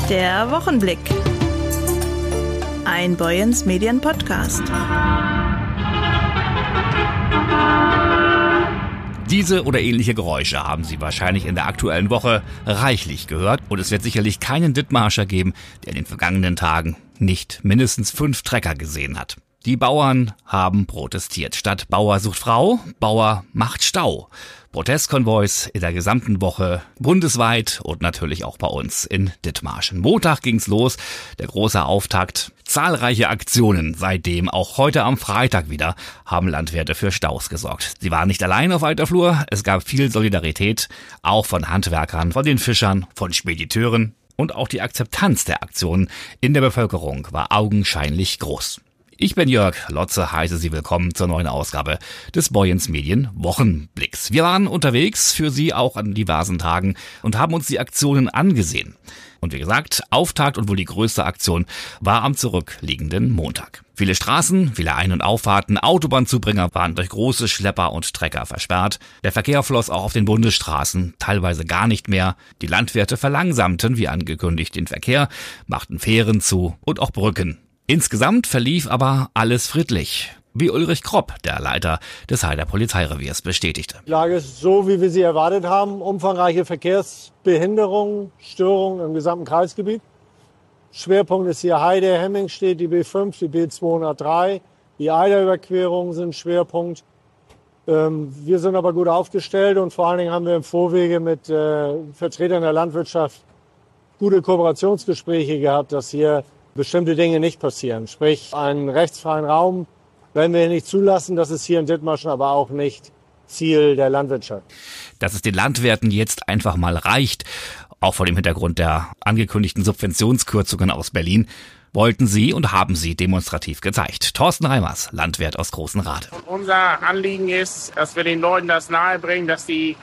Der Wochenblick. Ein Boyens Medien Podcast. Diese oder ähnliche Geräusche haben Sie wahrscheinlich in der aktuellen Woche reichlich gehört. Und es wird sicherlich keinen Dithmarscher geben, der in den vergangenen Tagen nicht mindestens 5 Trecker gesehen hat. Die Bauern haben protestiert. Statt Bauer sucht Frau, Bauer macht Stau. Protestkonvois in der gesamten Woche bundesweit und natürlich auch bei uns in Dithmarschen. Montag ging's los, der große Auftakt. Zahlreiche Aktionen seitdem, auch heute am Freitag wieder, haben Landwirte für Staus gesorgt. Sie waren nicht allein auf weiter Flur, es gab viel Solidarität, auch von Handwerkern, von den Fischern, von Spediteuren. Und auch die Akzeptanz der Aktionen in der Bevölkerung war augenscheinlich groß. Ich bin Jörg Lotze, heiße Sie willkommen zur neuen Ausgabe des Boyens Medien Wochenblicks. Wir waren unterwegs für Sie auch an diversen Tagen und haben uns die Aktionen angesehen. Und wie gesagt, Auftakt und wohl die größte Aktion war am zurückliegenden Montag. Viele Straßen, viele Ein- und Auffahrten, Autobahnzubringer waren durch große Schlepper und Trecker versperrt. Der Verkehr floss auch auf den Bundesstraßen, teilweise gar nicht mehr. Die Landwirte verlangsamten, wie angekündigt, den Verkehr, machten Fähren zu und auch Brücken. Insgesamt verlief aber alles friedlich, wie Ulrich Kropp, der Leiter des Heider Polizeireviers, bestätigte. Die Lage ist so, wie wir sie erwartet haben. Umfangreiche Verkehrsbehinderungen, Störungen im gesamten Kreisgebiet. Schwerpunkt ist hier Heide, Hemmingstedt, die B5, die B203. Die Eiderüberquerungen sind Schwerpunkt. Wir sind aber gut aufgestellt und vor allen Dingen haben wir im Vorwege mit Vertretern der Landwirtschaft gute Kooperationsgespräche gehabt, dass hier bestimmte Dinge nicht passieren. Sprich, einen rechtsfreien Raum werden wir nicht zulassen. Das ist hier in Dithmarschen aber auch nicht Ziel der Landwirtschaft. Dass es den Landwirten jetzt einfach mal reicht, auch vor dem Hintergrund der angekündigten Subventionskürzungen aus Berlin, wollten sie und haben sie demonstrativ gezeigt. Thorsten Reimers, Landwirt aus Großenrade. Unser Anliegen ist, dass wir den Leuten das nahebringen, dass die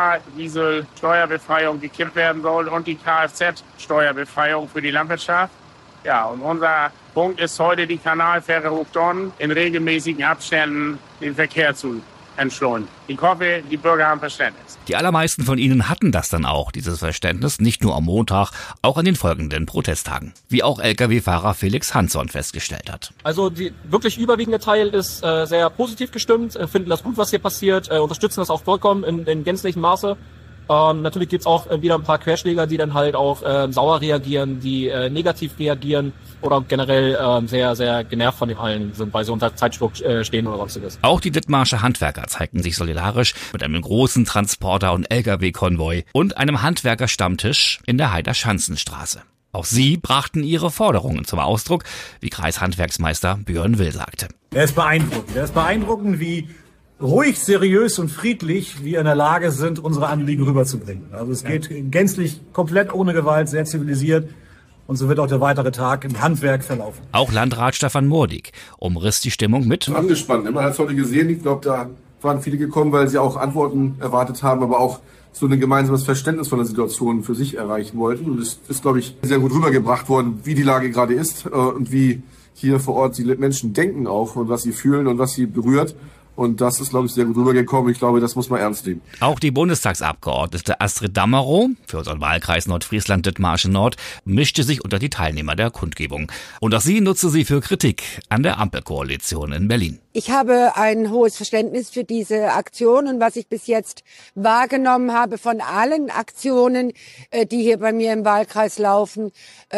Agrardiesel-Steuerbefreiung gekippt werden soll und die Kfz-Steuerbefreiung für die Landwirtschaft. Ja, und unser Punkt ist heute, die Kanalfähre Hochdonnen in regelmäßigen Abständen den Verkehr zu entschleunigen. Ich hoffe, die Bürger haben Verständnis. Die allermeisten von ihnen hatten das dann auch, dieses Verständnis, nicht nur am Montag, auch an den folgenden Protesttagen. Wie auch Lkw-Fahrer Felix Hansson festgestellt hat. Also die wirklich überwiegende Teil ist sehr positiv gestimmt, finden das gut, was hier passiert, unterstützen das auch vollkommen in gänzlichem Maße. Natürlich gibt's auch wieder ein paar Querschläger, die dann halt auch sauer reagieren, die negativ reagieren oder generell sehr, sehr genervt von dem allen sind, weil sie unter Zeitdruck stehen oder sonstiges. Auch die Dithmarscher Handwerker zeigten sich solidarisch mit einem großen Transporter- und Lkw-Konvoi und einem Handwerkerstammtisch in der Heider Schanzenstraße. Auch sie brachten ihre Forderungen zum Ausdruck, wie Kreishandwerksmeister Björn Will sagte. Er ist beeindruckend, wie ruhig, seriös und friedlich wir in der Lage sind, unsere Anliegen rüberzubringen. Also es geht gänzlich komplett ohne Gewalt, sehr zivilisiert. Und so wird auch der weitere Tag im Handwerk verlaufen. Auch Landrat Stefan Mordig umriss die Stimmung mit. Angespannt. Man hat es heute gesehen. Ich glaube, da waren viele gekommen, weil sie auch Antworten erwartet haben, aber auch so ein gemeinsames Verständnis von der Situation für sich erreichen wollten. Und es ist, glaube ich, sehr gut rübergebracht worden, wie die Lage gerade ist und wie hier vor Ort die Menschen denken auch und was sie fühlen und was sie berührt. Und das ist, glaube ich, sehr gut rübergekommen. Ich glaube, das muss man ernst nehmen. Auch die Bundestagsabgeordnete Astrid Dammerow für unseren Wahlkreis Nordfriesland-Dithmarschen Nord mischte sich unter die Teilnehmer der Kundgebung. Und auch sie nutzte sie für Kritik an der Ampelkoalition in Berlin. Ich habe ein hohes Verständnis für diese Aktion und was ich bis jetzt wahrgenommen habe von allen Aktionen, die hier bei mir im Wahlkreis laufen,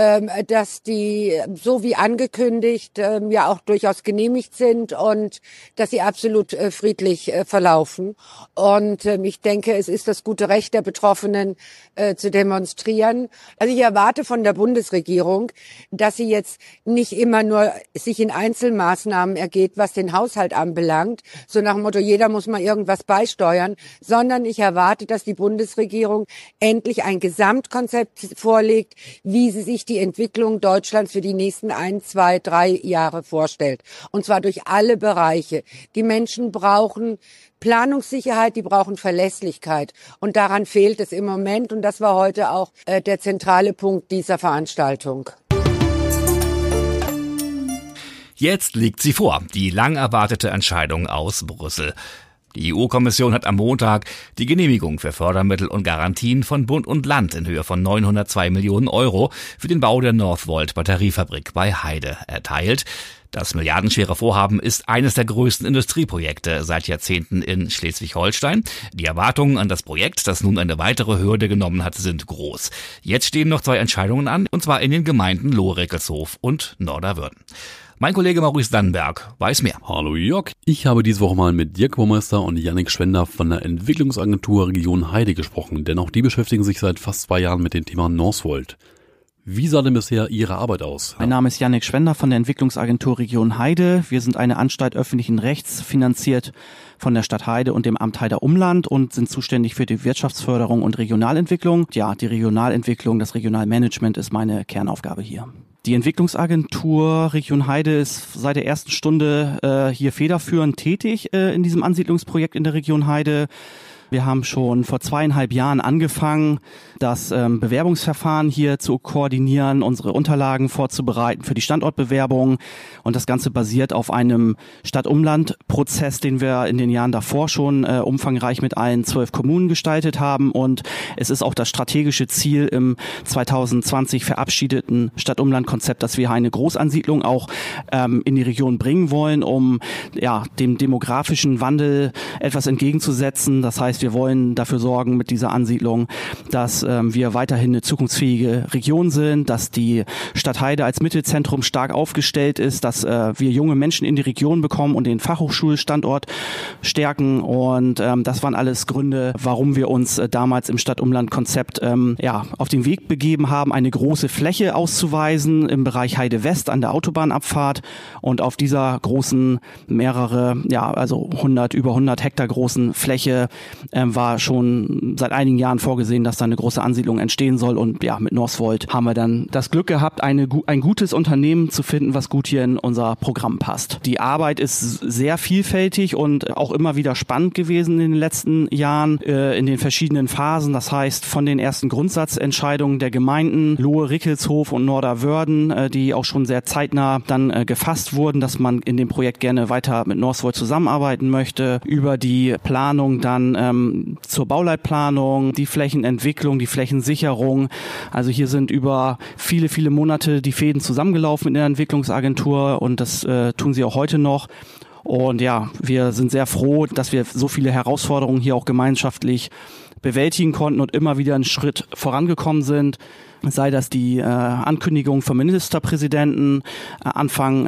dass die so wie angekündigt ja auch durchaus genehmigt sind und dass sie absolut friedlich verlaufen. Und ich denke, es ist das gute Recht der Betroffenen zu demonstrieren. Also ich erwarte von der Bundesregierung, dass sie jetzt nicht immer nur sich in Einzelmaßnahmen ergeht, was den Haushalt anbelangt, so nach dem Motto, jeder muss mal irgendwas beisteuern, sondern ich erwarte, dass die Bundesregierung endlich ein Gesamtkonzept vorlegt, wie sie sich die Entwicklung Deutschlands für die nächsten 1, 2, 3 Jahre vorstellt. Und zwar durch alle Bereiche. Die Menschen brauchen Planungssicherheit, die brauchen Verlässlichkeit. Und daran fehlt es im Moment. Und das war heute auch der zentrale Punkt dieser Veranstaltung. Jetzt liegt sie vor, die lang erwartete Entscheidung aus Brüssel. Die EU-Kommission hat am Montag die Genehmigung für Fördermittel und Garantien von Bund und Land in Höhe von 902 Millionen Euro für den Bau der Northvolt-Batteriefabrik bei Heide erteilt. Das milliardenschwere Vorhaben ist eines der größten Industrieprojekte seit Jahrzehnten in Schleswig-Holstein. Die Erwartungen an das Projekt, das nun eine weitere Hürde genommen hat, sind groß. Jetzt stehen noch 2 Entscheidungen an, und zwar in den Gemeinden Lohrickelshof und Norderwürden. Mein Kollege Maurice Dannenberg weiß mehr. Hallo Jörg, ich habe diese Woche mal mit Dirk Baumeister und Jannik Schwender von der Entwicklungsagentur Region Heide gesprochen, denn auch die beschäftigen sich seit fast 2 Jahren mit dem Thema Northvolt. Wie sah denn bisher Ihre Arbeit aus? Mein Name ist Jannik Schwender von der Entwicklungsagentur Region Heide. Wir sind eine Anstalt öffentlichen Rechts, finanziert von der Stadt Heide und dem Amt Heider Umland und sind zuständig für die Wirtschaftsförderung und Regionalentwicklung. Ja, die Regionalentwicklung, das Regionalmanagement ist meine Kernaufgabe hier. Die Entwicklungsagentur Region Heide ist seit der ersten Stunde hier federführend tätig in diesem Ansiedlungsprojekt in der Region Heide. Wir haben schon vor 2,5 Jahren angefangen, das Bewerbungsverfahren hier zu koordinieren, unsere Unterlagen vorzubereiten für die Standortbewerbung. Und das Ganze basiert auf einem Stadt-Umland-Prozess, den wir in den Jahren davor schon umfangreich mit allen 12 Kommunen gestaltet haben. Und es ist auch das strategische Ziel im 2020 verabschiedeten Stadt-Umland-Konzept, dass wir eine Großansiedlung auch in die Region bringen wollen, um dem demografischen Wandel etwas entgegenzusetzen. Das heißt, wir wollen dafür sorgen mit dieser Ansiedlung, dass wir weiterhin eine zukunftsfähige Region sind, dass die Stadt Heide als Mittelzentrum stark aufgestellt ist, dass wir junge Menschen in die Region bekommen und den Fachhochschulstandort stärken. Und das waren alles Gründe, warum wir uns damals im Stadt-Umland-Konzept auf den Weg begeben haben, eine große Fläche auszuweisen im Bereich Heide West an der Autobahnabfahrt. Und auf dieser großen, über 100 Hektar großen Fläche war schon seit einigen Jahren vorgesehen, dass da eine große Ansiedlung entstehen soll. Und ja, mit Northvolt haben wir dann das Glück gehabt, ein gutes Unternehmen zu finden, was gut hier in unser Programm passt. Die Arbeit ist sehr vielfältig und auch immer wieder spannend gewesen in den letzten Jahren, in den verschiedenen Phasen. Das heißt, von den ersten Grundsatzentscheidungen der Gemeinden Lohe-Rickelshof und Norderwörden, die auch schon sehr zeitnah dann gefasst wurden, dass man in dem Projekt gerne weiter mit Northvolt zusammenarbeiten möchte, über die Planung dann zur Bauleitplanung, die Flächenentwicklung, die Flächensicherung. Also hier sind über viele, viele Monate die Fäden zusammengelaufen in der Entwicklungsagentur und das tun sie auch heute noch. Und ja, wir sind sehr froh, dass wir so viele Herausforderungen hier auch gemeinschaftlich bewältigen konnten und immer wieder einen Schritt vorangekommen sind. Sei das die Ankündigung vom Ministerpräsidenten Anfang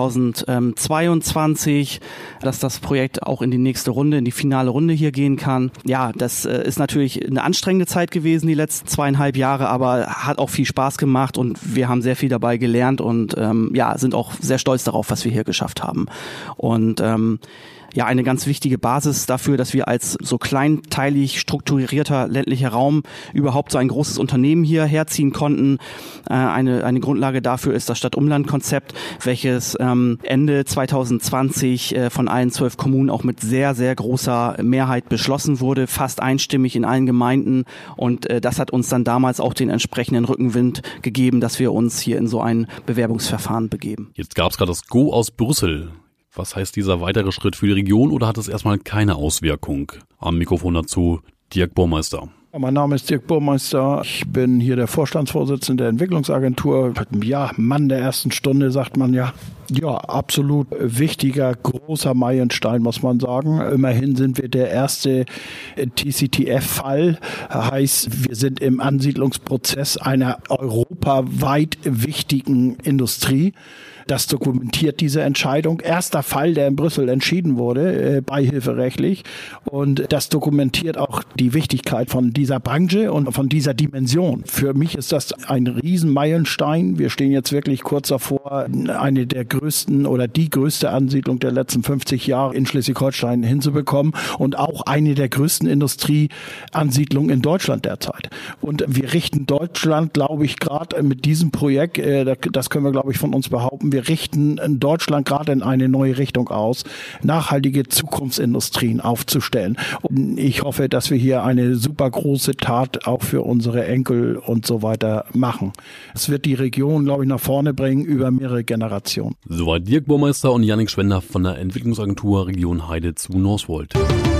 2022, dass das Projekt auch in die nächste Runde, in die finale Runde hier gehen kann. Ja, das ist natürlich eine anstrengende Zeit gewesen, die letzten 2,5 Jahre, aber hat auch viel Spaß gemacht und wir haben sehr viel dabei gelernt und sind auch sehr stolz darauf, was wir hier geschafft haben. Und eine ganz wichtige Basis dafür, dass wir als so kleinteilig strukturierter ländlicher Raum überhaupt so ein großes Unternehmen hier herziehen konnten. Eine Grundlage dafür ist das Stadt-Umland-Konzept, welches Ende 2020 von allen 12 Kommunen auch mit sehr, sehr großer Mehrheit beschlossen wurde, fast einstimmig in allen Gemeinden. Und das hat uns dann damals auch den entsprechenden Rückenwind gegeben, dass wir uns hier in so ein Bewerbungsverfahren begeben. Jetzt gab es gerade das Go aus Brüssel. Was heißt dieser weitere Schritt für die Region oder hat es erstmal keine Auswirkung? Am Mikrofon dazu Dirk Baumeister. Mein Name ist Dirk Baumeister. Ich bin hier der Vorstandsvorsitzende der Entwicklungsagentur. Ja, Mann der ersten Stunde, sagt man ja. Ja, absolut wichtiger, großer Meilenstein, muss man sagen. Immerhin sind wir der erste TCTF-Fall. Heißt, wir sind im Ansiedlungsprozess einer europaweit wichtigen Industrie. Das dokumentiert diese Entscheidung. Erster Fall, der in Brüssel entschieden wurde, beihilferechtlich. Und das dokumentiert auch die Wichtigkeit von dieser Branche und von dieser Dimension. Für mich ist das ein Riesenmeilenstein. Wir stehen jetzt wirklich kurz davor, eine der größten oder die größte Ansiedlung der letzten 50 Jahre in Schleswig-Holstein hinzubekommen und auch eine der größten Industrieansiedlungen in Deutschland derzeit. Und wir richten Deutschland, glaube ich, gerade mit diesem Projekt, das können wir, glaube ich, von uns behaupten, wir richten in Deutschland gerade in eine neue Richtung aus, nachhaltige Zukunftsindustrien aufzustellen. Und ich hoffe, dass wir hier eine super große Tat auch für unsere Enkel und so weiter machen. Es wird die Region, glaube ich, nach vorne bringen über mehrere Generationen. Soweit Dirk Burmeister und Jannik Schwender von der Entwicklungsagentur Region Heide zu Northvolt.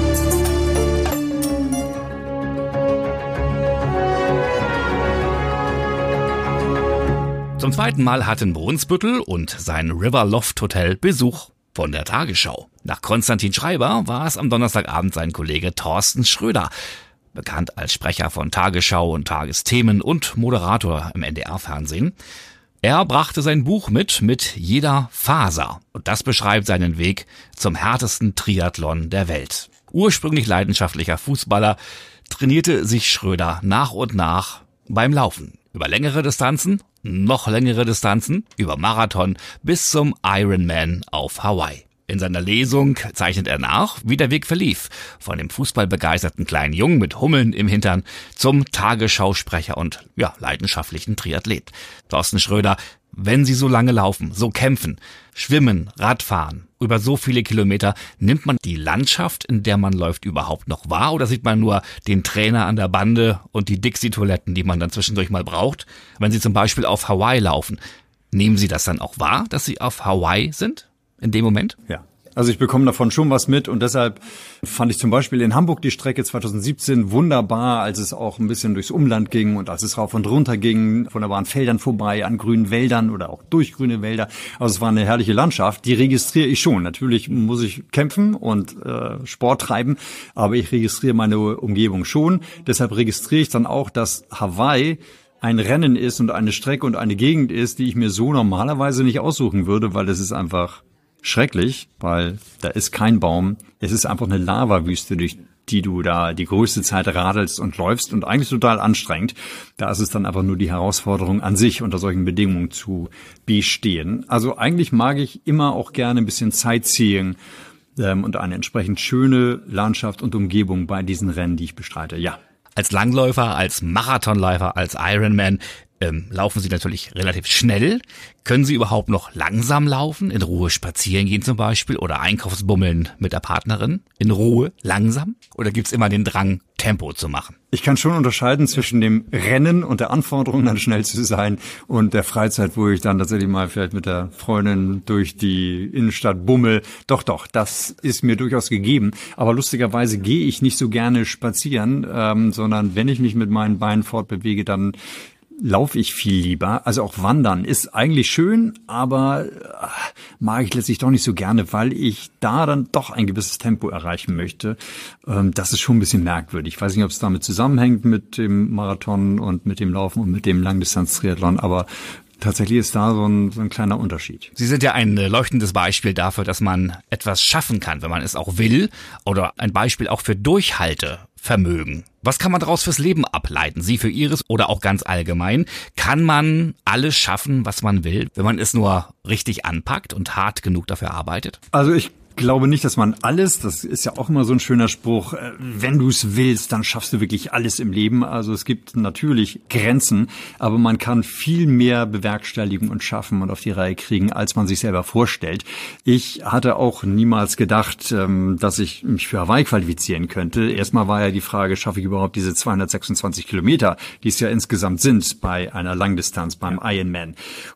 Zum zweiten Mal hatten Brunsbüttel und sein River Loft Hotel Besuch von der Tagesschau. Nach Konstantin Schreiber war es am Donnerstagabend sein Kollege Thorsten Schröder, bekannt als Sprecher von Tagesschau und Tagesthemen und Moderator im NDR-Fernsehen. Er brachte sein Buch mit jeder Faser. Und das beschreibt seinen Weg zum härtesten Triathlon der Welt. Ursprünglich leidenschaftlicher Fußballer, trainierte sich Schröder nach und nach beim Laufen. Über längere Distanzen, noch längere Distanzen, über Marathon bis zum Ironman auf Hawaii. In seiner Lesung zeichnet er nach, wie der Weg verlief. Von dem fußballbegeisterten kleinen Jungen mit Hummeln im Hintern zum Tagesschausprecher und leidenschaftlichen Triathlet. Thorsten Schröder, wenn Sie so lange laufen, so kämpfen, schwimmen, Radfahren, über so viele Kilometer, nimmt man die Landschaft, in der man läuft, überhaupt noch wahr? Oder sieht man nur den Trainer an der Bande und die Dixie-Toiletten, die man dann zwischendurch mal braucht? Wenn Sie zum Beispiel auf Hawaii laufen, nehmen Sie das dann auch wahr, dass Sie auf Hawaii sind in dem Moment? Ja. Also ich bekomme davon schon was mit und deshalb fand ich zum Beispiel in Hamburg die Strecke 2017 wunderbar, als es auch ein bisschen durchs Umland ging und als es rauf und runter ging, wunderbaren Feldern vorbei, an grünen Wäldern oder auch durch grüne Wälder. Also es war eine herrliche Landschaft, die registriere ich schon. Natürlich muss ich kämpfen und Sport treiben, aber ich registriere meine Umgebung schon. Deshalb registriere ich dann auch, dass Hawaii ein Rennen ist und eine Strecke und eine Gegend ist, die ich mir so normalerweise nicht aussuchen würde, weil das ist einfach schrecklich, weil da ist kein Baum. Es ist einfach eine Lavawüste, durch die du da die größte Zeit radelst und läufst und eigentlich total anstrengend. Da ist es dann einfach nur die Herausforderung an sich, unter solchen Bedingungen zu bestehen. Also eigentlich mag ich immer auch gerne ein bisschen Sightseeing und eine entsprechend schöne Landschaft und Umgebung bei diesen Rennen, die ich bestreite. Ja. Als Langläufer, als Marathonläufer, als Ironman laufen Sie natürlich relativ schnell. Können Sie überhaupt noch langsam laufen, in Ruhe spazieren gehen zum Beispiel oder Einkaufsbummeln mit der Partnerin? In Ruhe, langsam? Oder gibt's immer den Drang, Tempo zu machen? Ich kann schon unterscheiden zwischen dem Rennen und der Anforderung, dann schnell zu sein, und der Freizeit, wo ich dann tatsächlich mal vielleicht mit der Freundin durch die Innenstadt bummel. Doch, das ist mir durchaus gegeben. Aber lustigerweise gehe ich nicht so gerne spazieren, sondern wenn ich mich mit meinen Beinen fortbewege, dann laufe ich viel lieber. Also auch Wandern ist eigentlich schön, aber mag ich letztlich doch nicht so gerne, weil ich da dann doch ein gewisses Tempo erreichen möchte. Das ist schon ein bisschen merkwürdig. Ich weiß nicht, ob es damit zusammenhängt mit dem Marathon und mit dem Laufen und mit dem Langdistanz-Triathlon, aber tatsächlich ist da so ein kleiner Unterschied. Sie sind ja ein leuchtendes Beispiel dafür, dass man etwas schaffen kann, wenn man es auch will, oder ein Beispiel auch für Durchhaltevermögen. Was kann man daraus fürs Leben ableiten? Sie für Ihres oder auch ganz allgemein? Kann man alles schaffen, was man will, wenn man es nur richtig anpackt und hart genug dafür arbeitet? Also ich glaube nicht, dass man alles, das ist ja auch immer so ein schöner Spruch, wenn du es willst, dann schaffst du wirklich alles im Leben. Also es gibt natürlich Grenzen, aber man kann viel mehr bewerkstelligen und schaffen und auf die Reihe kriegen, als man sich selber vorstellt. Ich hatte auch niemals gedacht, dass ich mich für Hawaii qualifizieren könnte. Erstmal war ja die Frage, schaffe ich überhaupt diese 226 Kilometer, die es ja insgesamt sind bei einer Langdistanz, beim Ironman.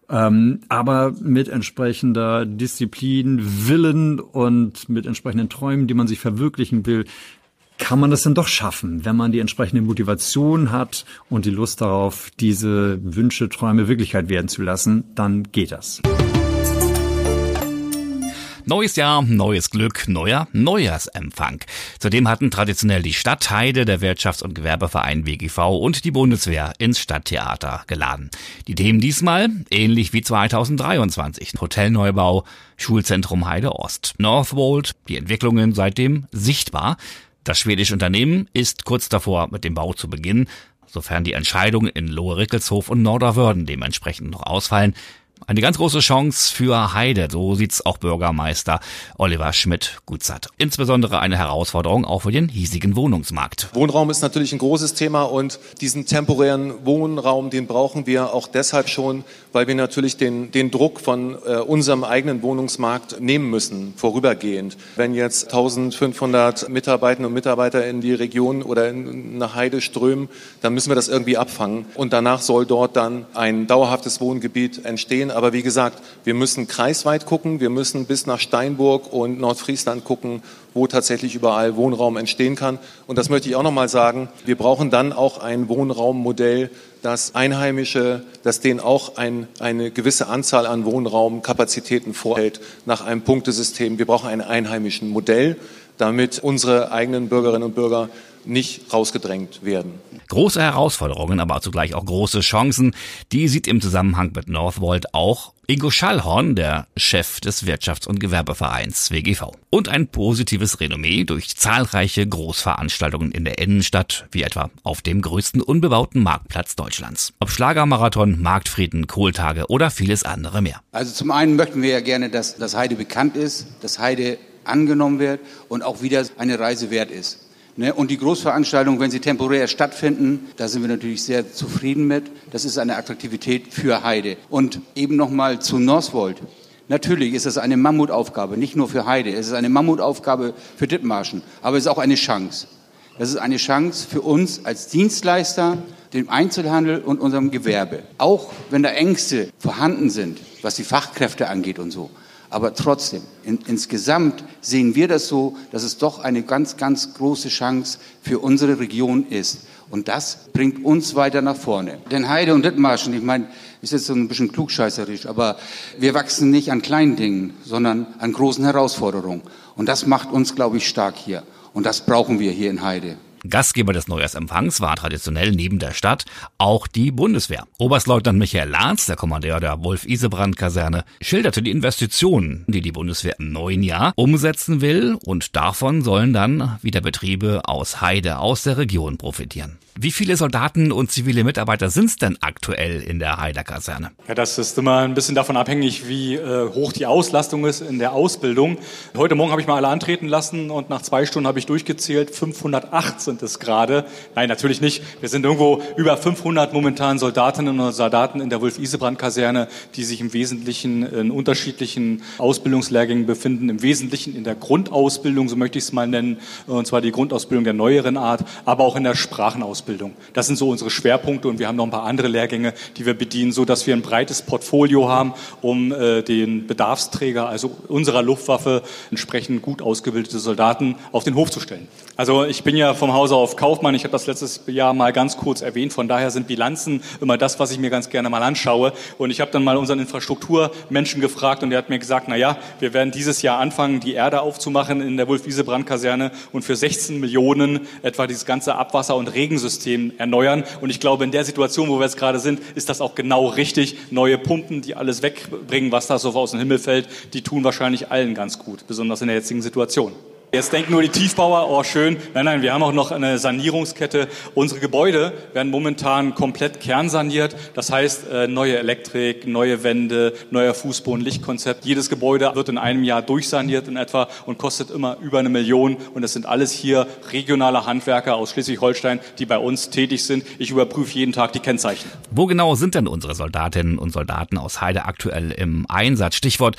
Aber mit entsprechender Disziplin, Willen und mit entsprechenden Träumen, die man sich verwirklichen will, kann man das dann doch schaffen, wenn man die entsprechende Motivation hat und die Lust darauf, diese Wünsche, Träume Wirklichkeit werden zu lassen, dann geht das. Neues Jahr, neues Glück, neuer Neujahrsempfang. Zudem hatten traditionell die Stadt Heide, der Wirtschafts- und Gewerbeverein WGV und die Bundeswehr ins Stadttheater geladen. Die Themen diesmal ähnlich wie 2023. Hotelneubau, Schulzentrum Heide Ost, Northvolt, die Entwicklungen seitdem sichtbar. Das schwedische Unternehmen ist kurz davor, mit dem Bau zu beginnen, sofern die Entscheidungen in Lohe-Rickelshof und Norderwörden dementsprechend noch ausfallen. Eine ganz große Chance für Heide, so sieht's auch Bürgermeister Oliver Schmidt-Gutzat. Insbesondere eine Herausforderung auch für den hiesigen Wohnungsmarkt. Wohnraum ist natürlich ein großes Thema und diesen temporären Wohnraum, den brauchen wir auch deshalb schon, weil wir natürlich den Druck von unserem eigenen Wohnungsmarkt nehmen müssen, vorübergehend. Wenn jetzt 1500 Mitarbeiterinnen und Mitarbeiter in die Region oder nach Heide strömen, dann müssen wir das irgendwie abfangen. Und danach soll dort dann ein dauerhaftes Wohngebiet entstehen. Aber wie gesagt, wir müssen kreisweit gucken, wir müssen bis nach Steinburg und Nordfriesland gucken, wo tatsächlich überall Wohnraum entstehen kann. Und das möchte ich auch nochmal sagen, wir brauchen dann auch ein Wohnraummodell, das Einheimische, das denen auch eine gewisse Anzahl an Wohnraumkapazitäten vorhält nach einem Punktesystem. Wir brauchen ein einheimischen Modell, damit unsere eigenen Bürgerinnen und Bürger nicht rausgedrängt werden. Große Herausforderungen, aber zugleich auch große Chancen, die sieht im Zusammenhang mit Northvolt auch Ingo Schallhorn, der Chef des Wirtschafts- und Gewerbevereins WGV. Und ein positives Renommee durch zahlreiche Großveranstaltungen in der Innenstadt, wie etwa auf dem größten unbebauten Marktplatz Deutschlands. Ob Schlagermarathon, Marktfrieden, Kohltage oder vieles andere mehr. Also zum einen möchten wir ja gerne, dass Heide bekannt ist, dass Heide angenommen wird und auch wieder eine Reise wert ist. Und die Großveranstaltungen, wenn sie temporär stattfinden, da sind wir natürlich sehr zufrieden mit. Das ist eine Attraktivität für Heide. Und eben nochmal zu Northvolt. Natürlich ist es eine Mammutaufgabe, nicht nur für Heide. Es ist eine Mammutaufgabe für Dithmarschen. Aber es ist auch eine Chance. Das ist eine Chance für uns als Dienstleister, dem Einzelhandel und unserem Gewerbe. Auch wenn da Ängste vorhanden sind, was die Fachkräfte angeht und so. Aber trotzdem, insgesamt sehen wir das so, dass es doch eine ganz, ganz große Chance für unsere Region ist. Und das bringt uns weiter nach vorne. Denn Heide und Dithmarschen, ich meine, ist jetzt so ein bisschen klugscheißerisch, aber wir wachsen nicht an kleinen Dingen, sondern an großen Herausforderungen. Und das macht uns, glaube ich, stark hier. Und das brauchen wir hier in Heide. Gastgeber des Neujahrsempfangs war traditionell neben der Stadt auch die Bundeswehr. Oberstleutnant Michael Lahns, der Kommandeur der Wolf-Isebrand-Kaserne, schilderte die Investitionen, die die Bundeswehr im neuen Jahr umsetzen will, und davon sollen dann wieder Betriebe aus Heide, aus der Region profitieren. Wie viele Soldaten und zivile Mitarbeiter sind es denn aktuell in der Heider Kaserne? Ja, das ist immer ein bisschen davon abhängig, wie hoch die Auslastung ist in der Ausbildung. Heute Morgen habe ich mal alle antreten lassen und nach 2 Stunden habe ich durchgezählt, 508 sind es gerade. Nein, natürlich nicht. Wir sind irgendwo über 500 momentan Soldatinnen und Soldaten in der Wolf-Isebrand-Kaserne, die sich im Wesentlichen in unterschiedlichen Ausbildungslehrgängen befinden. Im Wesentlichen in der Grundausbildung, so möchte ich es mal nennen, und zwar die Grundausbildung der neueren Art, aber auch in der Sprachenausbildung. Das sind so unsere Schwerpunkte und wir haben noch ein paar andere Lehrgänge, die wir bedienen, so dass wir ein breites Portfolio haben, um den Bedarfsträger, also unserer Luftwaffe, entsprechend gut ausgebildete Soldaten auf den Hof zu stellen. Also ich bin ja vom Hause auf Kaufmann, ich habe das letztes Jahr mal ganz kurz erwähnt, von daher sind Bilanzen immer das, was ich mir ganz gerne mal anschaue. Und ich habe dann mal unseren Infrastrukturmenschen gefragt und der hat mir gesagt, naja, wir werden dieses Jahr anfangen, die Erde aufzumachen in der Wolf-Isebrand-Kaserne und für 16 Millionen etwa dieses ganze Abwasser- und Regensystem erneuern. Und ich glaube, in der Situation, wo wir jetzt gerade sind, ist das auch genau richtig. Neue Pumpen, die alles wegbringen, was da so aus dem Himmel fällt, die tun wahrscheinlich allen ganz gut, besonders in der jetzigen Situation. Jetzt denken nur die Tiefbauer, oh schön. Nein, wir haben auch noch eine Sanierungskette. Unsere Gebäude werden momentan komplett kernsaniert. Das heißt, neue Elektrik, neue Wände, neuer Fußboden, Lichtkonzept. Jedes Gebäude wird in einem Jahr durchsaniert in etwa und kostet immer über 1 Million. Und das sind alles hier regionale Handwerker aus Schleswig-Holstein, die bei uns tätig sind. Ich überprüfe jeden Tag die Kennzeichen. Wo genau sind denn unsere Soldatinnen und Soldaten aus Heide aktuell im Einsatz? Stichwort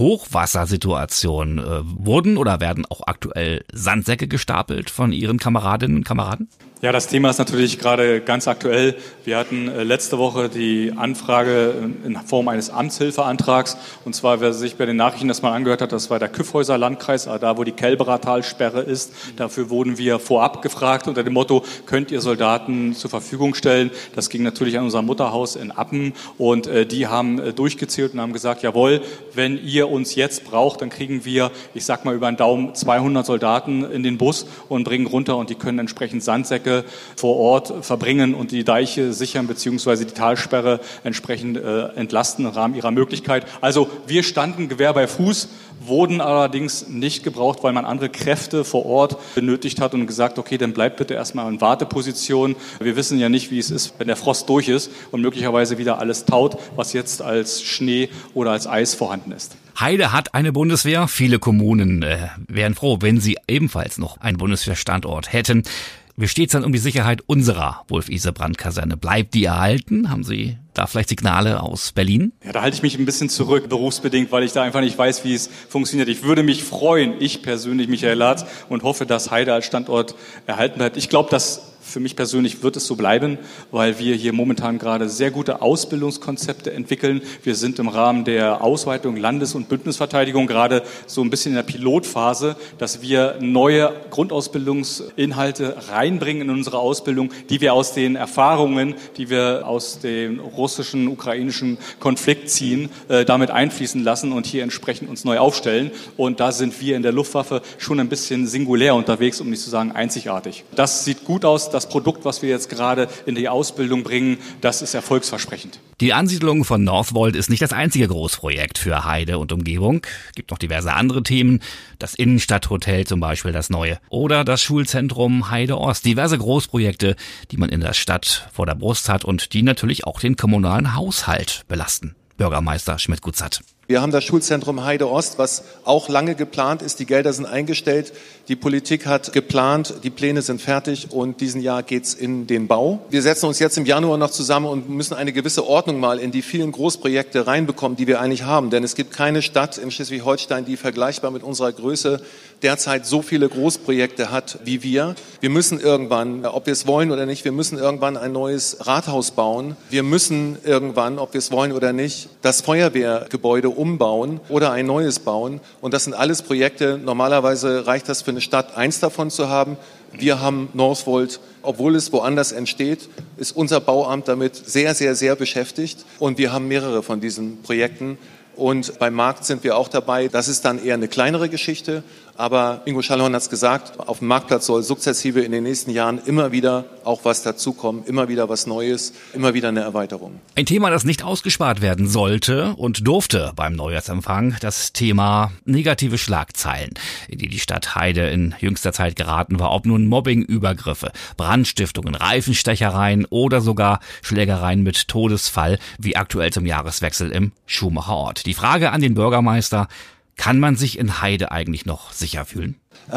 Hochwassersituation. Wurden oder werden auch aktuell Sandsäcke gestapelt von Ihren Kameradinnen und Kameraden? Ja, das Thema ist natürlich gerade ganz aktuell. Wir hatten letzte Woche die Anfrage in Form eines Amtshilfeantrags. Und zwar, wer sich bei den Nachrichten das mal angehört hat, das war der Kyffhäuser Landkreis, da wo die Kelberer Talsperre ist. Dafür wurden wir vorab gefragt unter dem Motto, könnt ihr Soldaten zur Verfügung stellen? Das ging natürlich an unser Mutterhaus in Appen und die haben durchgezählt und haben gesagt, jawohl, wenn ihr uns jetzt braucht, dann kriegen wir, ich sag mal über den Daumen, 200 Soldaten in den Bus und bringen runter und die können entsprechend Sandsäcke vor Ort verbringen und die Deiche sichern bzw. die Talsperre entsprechend entlasten im Rahmen ihrer Möglichkeit. Also wir standen Gewehr bei Fuß, wurden allerdings nicht gebraucht, weil man andere Kräfte vor Ort benötigt hat und gesagt, okay, dann bleibt bitte erstmal in Warteposition. Wir wissen ja nicht, wie es ist, wenn der Frost durch ist und möglicherweise wieder alles taut, was jetzt als Schnee oder als Eis vorhanden ist. Heide hat eine Bundeswehr. Viele Kommunen wären froh, wenn sie ebenfalls noch einen Bundeswehrstandort hätten. Wie steht's dann um die Sicherheit unserer Wolf-Isebrand-Kaserne? Bleibt die erhalten? Haben Sie da vielleicht Signale aus Berlin? Ja, da halte ich mich ein bisschen zurück, berufsbedingt, weil ich da einfach nicht weiß, wie es funktioniert. Ich würde mich freuen, ich persönlich, Michael Latz, und hoffe, dass Heide als Standort erhalten bleibt. Ich glaube, dass Für mich persönlich wird es so bleiben, weil wir hier momentan gerade sehr gute Ausbildungskonzepte entwickeln. Wir sind im Rahmen der Ausweitung Landes- und Bündnisverteidigung gerade so ein bisschen in der Pilotphase, dass wir neue Grundausbildungsinhalte reinbringen in unsere Ausbildung, die wir aus den Erfahrungen, die wir aus dem russischen, ukrainischen Konflikt ziehen, damit einfließen lassen und hier entsprechend uns neu aufstellen. Und da sind wir in der Luftwaffe schon ein bisschen singulär unterwegs, um nicht zu sagen einzigartig. Das sieht gut aus. Das Produkt, was wir jetzt gerade in die Ausbildung bringen, das ist erfolgsversprechend. Die Ansiedlung von Northvolt ist nicht das einzige Großprojekt für Heide und Umgebung. Gibt noch diverse andere Themen. Das Innenstadthotel zum Beispiel, das neue. Oder das Schulzentrum Heide Ost. Diverse Großprojekte, die man in der Stadt vor der Brust hat und die natürlich auch den kommunalen Haushalt belasten. Bürgermeister Schmidt-Gutzat. Wir haben das Schulzentrum Heide Ost, was auch lange geplant ist. Die Gelder sind eingestellt. Die Politik hat geplant. Die Pläne sind fertig und diesen Jahr geht's in den Bau. Wir setzen uns jetzt im Januar noch zusammen und müssen eine gewisse Ordnung mal in die vielen Großprojekte reinbekommen, die wir eigentlich haben. Denn es gibt keine Stadt in Schleswig-Holstein, die vergleichbar mit unserer Größe derzeit so viele Großprojekte hat wie wir. Wir müssen irgendwann, ob wir es wollen oder nicht, wir müssen irgendwann ein neues Rathaus bauen. Wir müssen irgendwann, ob wir es wollen oder nicht, das Feuerwehrgebäude umbauen oder ein neues bauen. Und das sind alles Projekte. Normalerweise reicht das für eine Stadt, eins davon zu haben. Wir haben Northvolt, obwohl es woanders entsteht, ist unser Bauamt damit sehr, sehr, sehr beschäftigt. Und wir haben mehrere von diesen Projekten. Und beim Markt sind wir auch dabei. Das ist dann eher eine kleinere Geschichte. Aber Ingo Schallhorn hat es gesagt, auf dem Marktplatz soll sukzessive in den nächsten Jahren immer wieder auch was dazukommen, immer wieder was Neues, immer wieder eine Erweiterung. Ein Thema, das nicht ausgespart werden sollte und durfte beim Neujahrsempfang, das Thema negative Schlagzeilen, in die die Stadt Heide in jüngster Zeit geraten war, ob nun Mobbing-Übergriffe, Brandstiftungen, Reifenstechereien oder sogar Schlägereien mit Todesfall, wie aktuell zum Jahreswechsel im Schumacher Ort. Die Frage an den Bürgermeister: Kann man sich in Heide eigentlich noch sicher fühlen?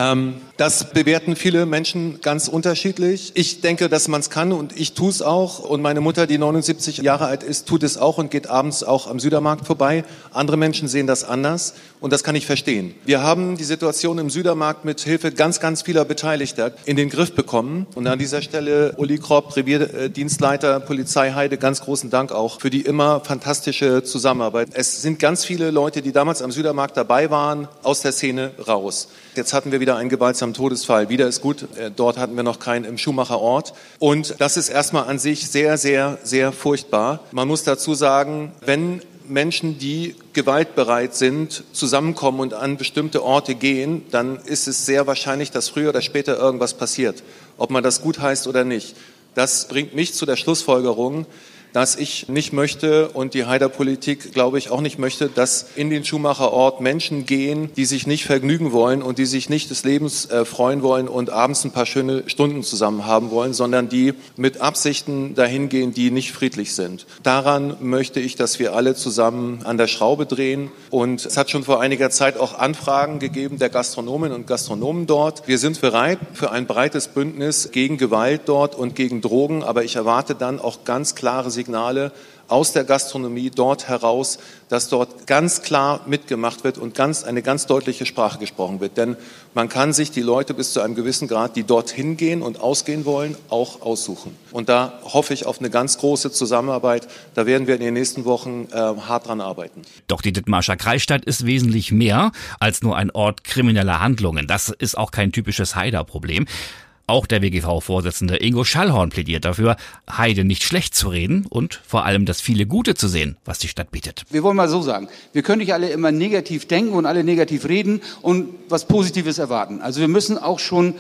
Das bewerten viele Menschen ganz unterschiedlich. Ich denke, dass man es kann und ich tue es auch. Und meine Mutter, die 79 Jahre alt ist, tut es auch und geht abends auch am Südermarkt vorbei. Andere Menschen sehen das anders und das kann ich verstehen. Wir haben die Situation im Südermarkt mit Hilfe ganz, ganz vieler Beteiligter in den Griff bekommen. Und an dieser Stelle Uli Kropp, Revierdienstleiter Polizei Heide, ganz großen Dank auch für die immer fantastische Zusammenarbeit. Es sind ganz viele Leute, die damals am Südermarkt dabei waren, aus der Szene raus. Jetzt hatten wir wieder einen gewaltsamen Todesfall. Wieder ist gut. Dort hatten wir noch keinen im Schumacher Ort. Und das ist erstmal an sich sehr, sehr, sehr furchtbar. Man muss dazu sagen, wenn Menschen, die gewaltbereit sind, zusammenkommen und an bestimmte Orte gehen, dann ist es sehr wahrscheinlich, dass früher oder später irgendwas passiert. Ob man das gut heißt oder nicht. Das bringt mich zu der Schlussfolgerung, dass ich nicht möchte und die Heider Politik, glaube ich, auch nicht möchte, dass in den Schumacher Ort Menschen gehen, die sich nicht vergnügen wollen und die sich nicht des Lebens freuen wollen und abends ein paar schöne Stunden zusammen haben wollen, sondern die mit Absichten dahin gehen, die nicht friedlich sind. Daran möchte ich, dass wir alle zusammen an der Schraube drehen. Und es hat schon vor einiger Zeit auch Anfragen gegeben der Gastronominnen und Gastronomen dort. Wir sind bereit für ein breites Bündnis gegen Gewalt dort und gegen Drogen, aber ich erwarte dann auch ganz klare Signale aus der Gastronomie dort heraus, dass dort ganz klar mitgemacht wird und eine ganz deutliche Sprache gesprochen wird. Denn man kann sich die Leute bis zu einem gewissen Grad, die dorthin gehen und ausgehen wollen, auch aussuchen. Und da hoffe ich auf eine ganz große Zusammenarbeit. Da werden wir in den nächsten Wochen hart dran arbeiten. Doch die Dithmarscher Kreisstadt ist wesentlich mehr als nur ein Ort krimineller Handlungen. Das ist auch kein typisches Heider-Problem. Auch der WGV-Vorsitzende Ingo Schallhorn plädiert dafür, Heide nicht schlecht zu reden und vor allem das viele Gute zu sehen, was die Stadt bietet. Wir wollen mal so sagen, wir können nicht alle immer negativ denken und alle negativ reden und was Positives erwarten. Also wir müssen auch schon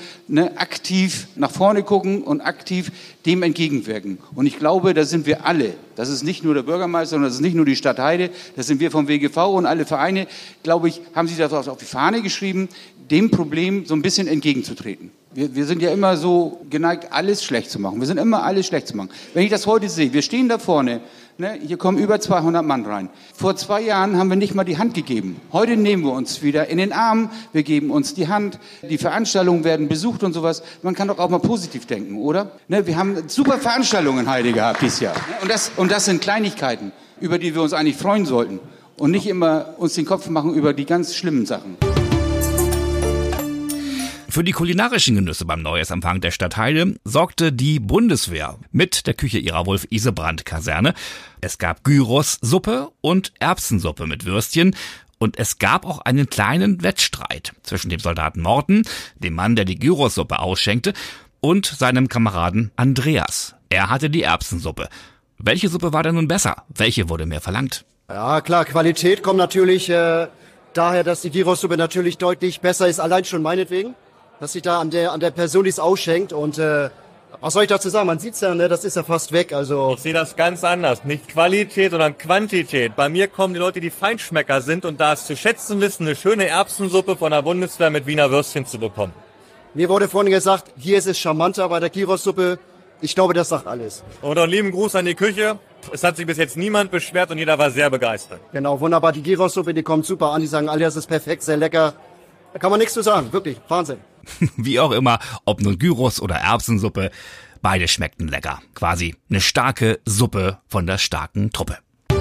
aktiv nach vorne gucken und aktiv dem entgegenwirken. Und ich glaube, da sind wir alle. Das ist nicht nur der Bürgermeister und das ist nicht nur die Stadt Heide, das sind wir vom WGV und alle Vereine, glaube ich, haben sich das auf die Fahne geschrieben, dem Problem so ein bisschen entgegenzutreten. Wir sind ja immer so geneigt, alles schlecht zu machen. Wir sind immer alles schlecht zu machen. Wenn ich das heute sehe, wir stehen da vorne, hier kommen über 200 Mann rein. Vor 2 Jahren haben wir nicht mal die Hand gegeben. Heute nehmen wir uns wieder in den Arm, wir geben uns die Hand, die Veranstaltungen werden besucht und sowas. Man kann doch auch mal positiv denken, oder? Wir haben super Veranstaltungen in Heide gehabt dieses Jahr. Und das sind Kleinigkeiten, über die wir uns eigentlich freuen sollten. Und nicht immer uns den Kopf machen über die ganz schlimmen Sachen. Für die kulinarischen Genüsse beim Neujahrsempfang der Stadt Heide sorgte die Bundeswehr mit der Küche ihrer Wolf-Isebrand-Kaserne. Es gab Gyros-Suppe und Erbsensuppe mit Würstchen. Und es gab auch einen kleinen Wettstreit zwischen dem Soldaten Morten, dem Mann, der die Gyros-Suppe ausschenkte, und seinem Kameraden Andreas. Er hatte die Erbsensuppe. Welche Suppe war denn nun besser? Welche wurde mehr verlangt? Ja, klar, Qualität kommt natürlich daher, dass die Gyros-Suppe natürlich deutlich besser ist, allein schon meinetwegen, dass sich da an der Person, die es ausschenkt. Und was soll ich dazu sagen? Man sieht's ja, ne, das ist ja fast weg. Also ich sehe das ganz anders. Nicht Qualität, sondern Quantität. Bei mir kommen die Leute, die Feinschmecker sind und da es zu schätzen wissen, eine schöne Erbsensuppe von der Bundeswehr mit Wiener Würstchen zu bekommen. Mir wurde vorhin gesagt, hier ist es charmanter bei der Gyros-Suppe. Ich glaube, das sagt alles. Und einen lieben Gruß an die Küche. Es hat sich bis jetzt niemand beschwert und jeder war sehr begeistert. Genau, wunderbar. Die Gyros-Suppe, die kommt super an. Die sagen alle, das ist perfekt, sehr lecker. Da kann man nichts zu sagen. Wirklich, Wahnsinn. Wie auch immer, ob nun Gyros oder Erbsensuppe, beide schmeckten lecker. Quasi eine starke Suppe von der starken Truppe.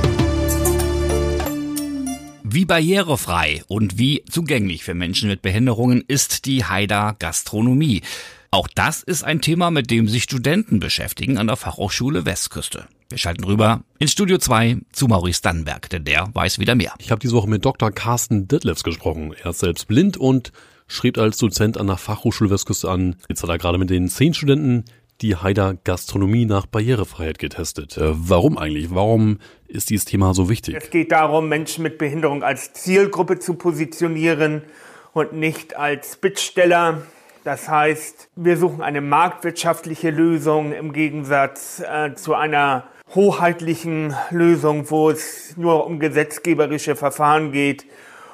Wie barrierefrei und wie zugänglich für Menschen mit Behinderungen ist die Haider Gastronomie? Auch das ist ein Thema, mit dem sich Studenten beschäftigen an der Fachhochschule Westküste. Wir schalten rüber ins Studio 2 zu Maurice Dannenberg, denn der weiß wieder mehr. Ich habe diese Woche mit Dr. Carsten Detlefs gesprochen. Er ist selbst blind und schrieb als Dozent an der Fachhochschule Westküste an. Jetzt hat er gerade mit den 10 Studenten die Haider Gastronomie nach Barrierefreiheit getestet. Warum eigentlich? Warum ist dieses Thema so wichtig? Es geht darum, Menschen mit Behinderung als Zielgruppe zu positionieren und nicht als Bittsteller. Das heißt, wir suchen eine marktwirtschaftliche Lösung im Gegensatz zu einer hoheitlichen Lösung, wo es nur um gesetzgeberische Verfahren geht,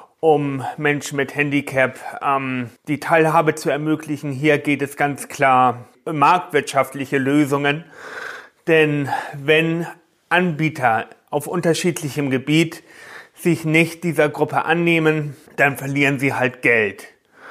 um Menschen mit Handicap die Teilhabe zu ermöglichen. Hier geht es ganz klar um marktwirtschaftliche Lösungen. Denn wenn Anbieter auf unterschiedlichem Gebiet sich nicht dieser Gruppe annehmen, dann verlieren sie halt Geld.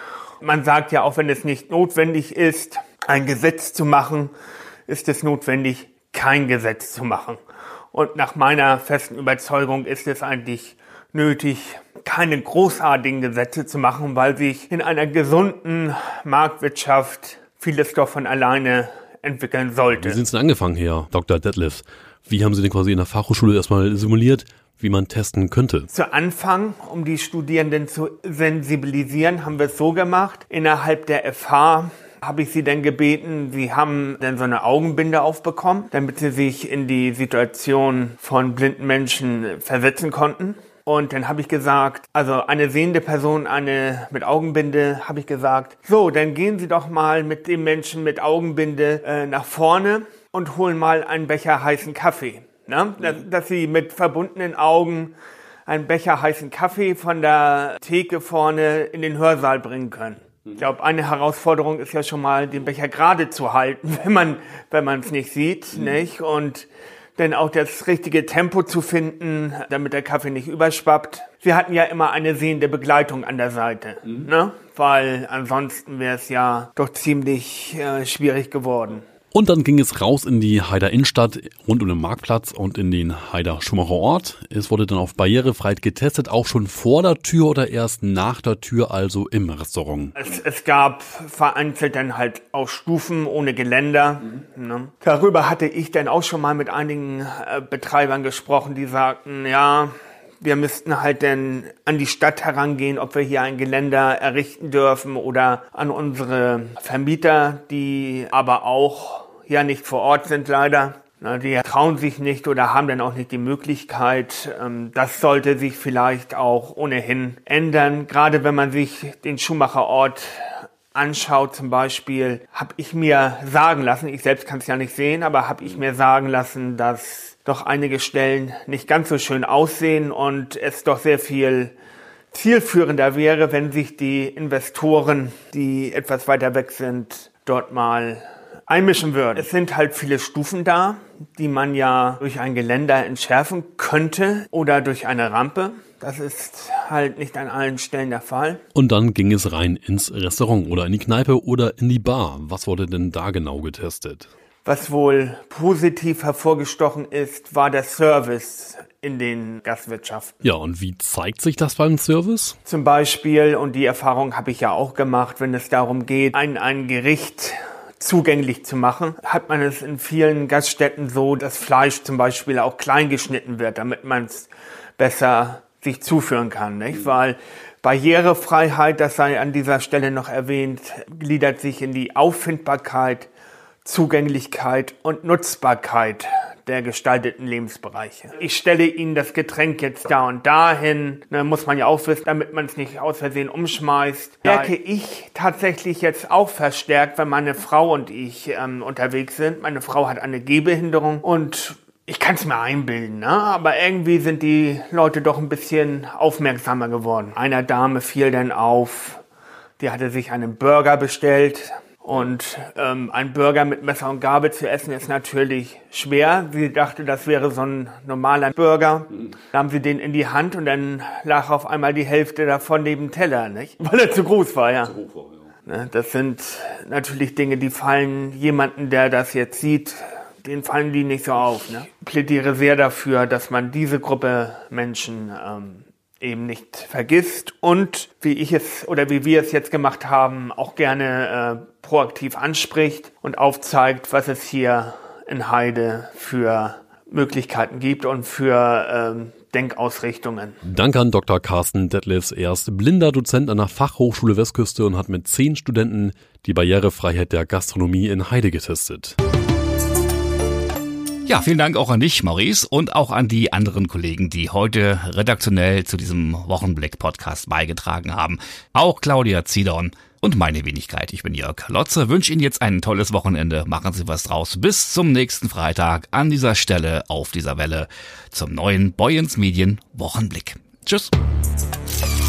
Man sagt ja auch, wenn es nicht notwendig ist, ein Gesetz zu machen, ist es notwendig, kein Gesetz zu machen. Und nach meiner festen Überzeugung ist es eigentlich nötig, keine großartigen Gesetze zu machen, weil sich in einer gesunden Marktwirtschaft vieles doch von alleine entwickeln sollte. Wie sind Sie denn angefangen, Herr Dr. Detlefs? Wie haben Sie denn quasi in der Fachhochschule erstmal simuliert, wie man testen könnte? Zu Anfang, um die Studierenden zu sensibilisieren, haben wir es so gemacht. Innerhalb der FH habe ich sie dann gebeten, sie haben dann so eine Augenbinde aufbekommen, damit sie sich in die Situation von blinden Menschen versetzen konnten. Und dann habe ich gesagt, also eine sehende Person, eine mit Augenbinde, habe ich gesagt, so, dann gehen Sie doch mal mit dem Menschen mit Augenbinde nach vorne und holen mal einen Becher heißen Kaffee. Ne? Dass Sie mit verbundenen Augen einen Becher heißen Kaffee von der Theke vorne in den Hörsaal bringen können. Ich glaube, eine Herausforderung ist ja schon mal, den Becher gerade zu halten, wenn man es nicht sieht, nicht? Und dann auch das richtige Tempo zu finden, damit der Kaffee nicht überschwappt. Sie hatten ja immer eine sehende Begleitung an der Seite, ne? Weil ansonsten wäre es ja doch ziemlich schwierig geworden. Und dann ging es raus in die Haider Innenstadt, rund um den Marktplatz und in den Haider Schumacher Ort. Es wurde dann auf Barrierefreiheit getestet, auch schon vor der Tür oder erst nach der Tür, also im Restaurant. Es gab vereinzelt dann halt auch Stufen ohne Geländer. Ne? Darüber hatte ich dann auch schon mal mit einigen Betreibern gesprochen, die sagten, ja, wir müssten halt dann an die Stadt herangehen, ob wir hier ein Geländer errichten dürfen oder an unsere Vermieter, die aber auch ja nicht vor Ort sind leider. Die trauen sich nicht oder haben dann auch nicht die Möglichkeit. Das sollte sich vielleicht auch ohnehin ändern. Gerade wenn man sich den Schumacher Ort anschaut zum Beispiel, habe ich mir sagen lassen, ich selbst kann es ja nicht sehen, aber habe ich mir sagen lassen, dass doch einige Stellen nicht ganz so schön aussehen und es doch sehr viel zielführender wäre, wenn sich die Investoren, die etwas weiter weg sind, dort mal einmischen würden. Es sind halt viele Stufen da, die man ja durch ein Geländer entschärfen könnte oder durch eine Rampe. Das ist halt nicht an allen Stellen der Fall. Und dann ging es rein ins Restaurant oder in die Kneipe oder in die Bar. Was wurde denn da genau getestet? Was wohl positiv hervorgestochen ist, war der Service in den Gastwirtschaften. Ja, und wie zeigt sich das beim Service? Zum Beispiel, und die Erfahrung habe ich ja auch gemacht, wenn es darum geht, ein Gericht zugänglich zu machen, hat man es in vielen Gaststätten so, dass Fleisch zum Beispiel auch klein geschnitten wird, damit man es besser sich zuführen kann, nicht? Weil Barrierefreiheit, das sei an dieser Stelle noch erwähnt, gliedert sich in die Auffindbarkeit, Zugänglichkeit und Nutzbarkeit der gestalteten Lebensbereiche. Ich stelle Ihnen das Getränk jetzt da und dahin, muss man ja auch wissen, damit man es nicht aus Versehen umschmeißt. Merke ich tatsächlich jetzt auch verstärkt, wenn meine Frau und ich unterwegs sind. Meine Frau hat eine Gehbehinderung und ich kann es mir einbilden, ne? Aber irgendwie sind die Leute doch ein bisschen aufmerksamer geworden. Einer Dame fiel dann auf, die hatte sich einen Burger bestellt. Und ein Burger mit Messer und Gabel zu essen ist natürlich schwer. Sie dachte, das wäre so ein normaler Burger. Da haben sie den in die Hand und dann lag auf einmal die Hälfte davon neben dem Teller, nicht? Weil er zu groß war, ja. Das sind natürlich Dinge, die fallen jemanden, der das jetzt sieht, denen fallen die nicht so auf. Ne? Ich plädiere sehr dafür, dass man diese Gruppe Menschen eben nicht vergisst und wie wir es jetzt gemacht haben, auch gerne proaktiv anspricht und aufzeigt, was es hier in Heide für Möglichkeiten gibt und für Denkausrichtungen. Danke an Dr. Carsten Detlefs. Er ist blinder Dozent an der Fachhochschule Westküste und hat mit 10 Studenten die Barrierefreiheit der Gastronomie in Heide getestet. Ja, vielen Dank auch an dich, Maurice, und auch an die anderen Kollegen, die heute redaktionell zu diesem Wochenblick-Podcast beigetragen haben. Auch Claudia Ziedorn und meine Wenigkeit. Ich bin Jörg Lotze, wünsche Ihnen jetzt ein tolles Wochenende. Machen Sie was draus. Bis zum nächsten Freitag an dieser Stelle auf dieser Welle zum neuen Boyens Medien Wochenblick. Tschüss.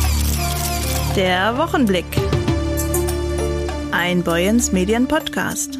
Der Wochenblick. Ein Boyens Medien Podcast.